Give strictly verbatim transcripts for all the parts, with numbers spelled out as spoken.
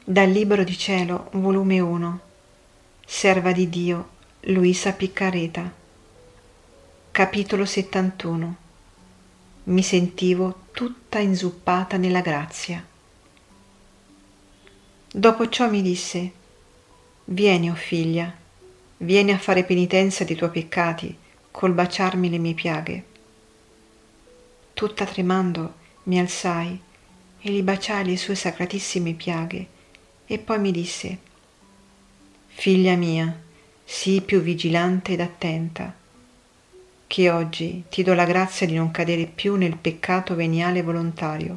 Dal Libro di Cielo, volume uno, Serva di Dio, Luisa Piccareta. Capitolo settantuno. Mi sentivo tutta inzuppata nella grazia. Dopo ciò mi disse: vieni, o figlia, vieni a fare penitenza dei tuoi peccati col baciarmi le mie piaghe. Tutta tremando mi alzai e gli baciai le sue sacratissime piaghe, e poi mi disse: figlia mia, sii più vigilante ed attenta, che oggi ti do la grazia di non cadere più nel peccato veniale volontario.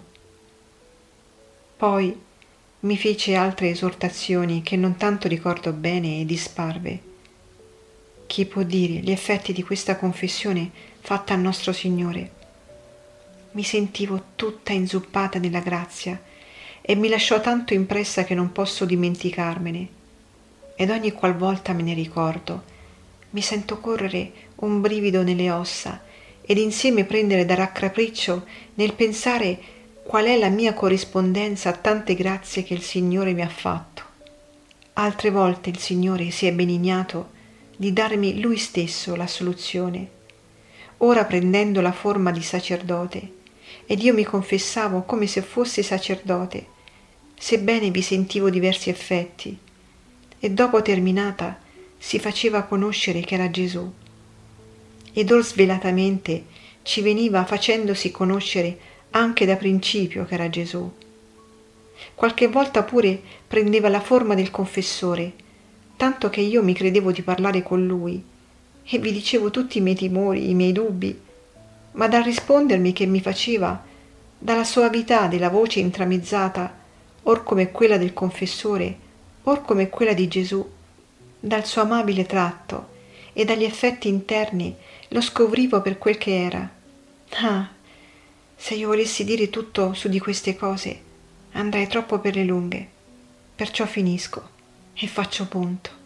Poi mi fece altre esortazioni che non tanto ricordo bene e disparve. Chi può dire gli effetti di questa confessione fatta al nostro Signore? Mi sentivo tutta inzuppata nella grazia e mi lasciò tanto impressa che non posso dimenticarmene, ed ogni qualvolta me ne ricordo mi sento correre un brivido nelle ossa ed insieme prendere da raccapriccio nel pensare qual è la mia corrispondenza a tante grazie che il Signore mi ha fatto. Altre volte il Signore si è benignato di darmi Lui stesso la soluzione, ora prendendo la forma di sacerdote, ed io mi confessavo come se fossi sacerdote, sebbene vi sentivo diversi effetti, e dopo terminata si faceva conoscere che era Gesù, ed or svelatamente ci veniva facendosi conoscere anche da principio che era Gesù. Qualche volta pure prendeva la forma del confessore, tanto che io mi credevo di parlare con lui, e vi dicevo tutti i miei timori, i miei dubbi, ma dal rispondermi che mi faceva, dalla soavità della voce intramezzata, or come quella del confessore, or come quella di Gesù, dal suo amabile tratto e dagli effetti interni, lo scoprivo per quel che era. Ah, se io volessi dire tutto su di queste cose, andrei troppo per le lunghe, perciò finisco e faccio punto.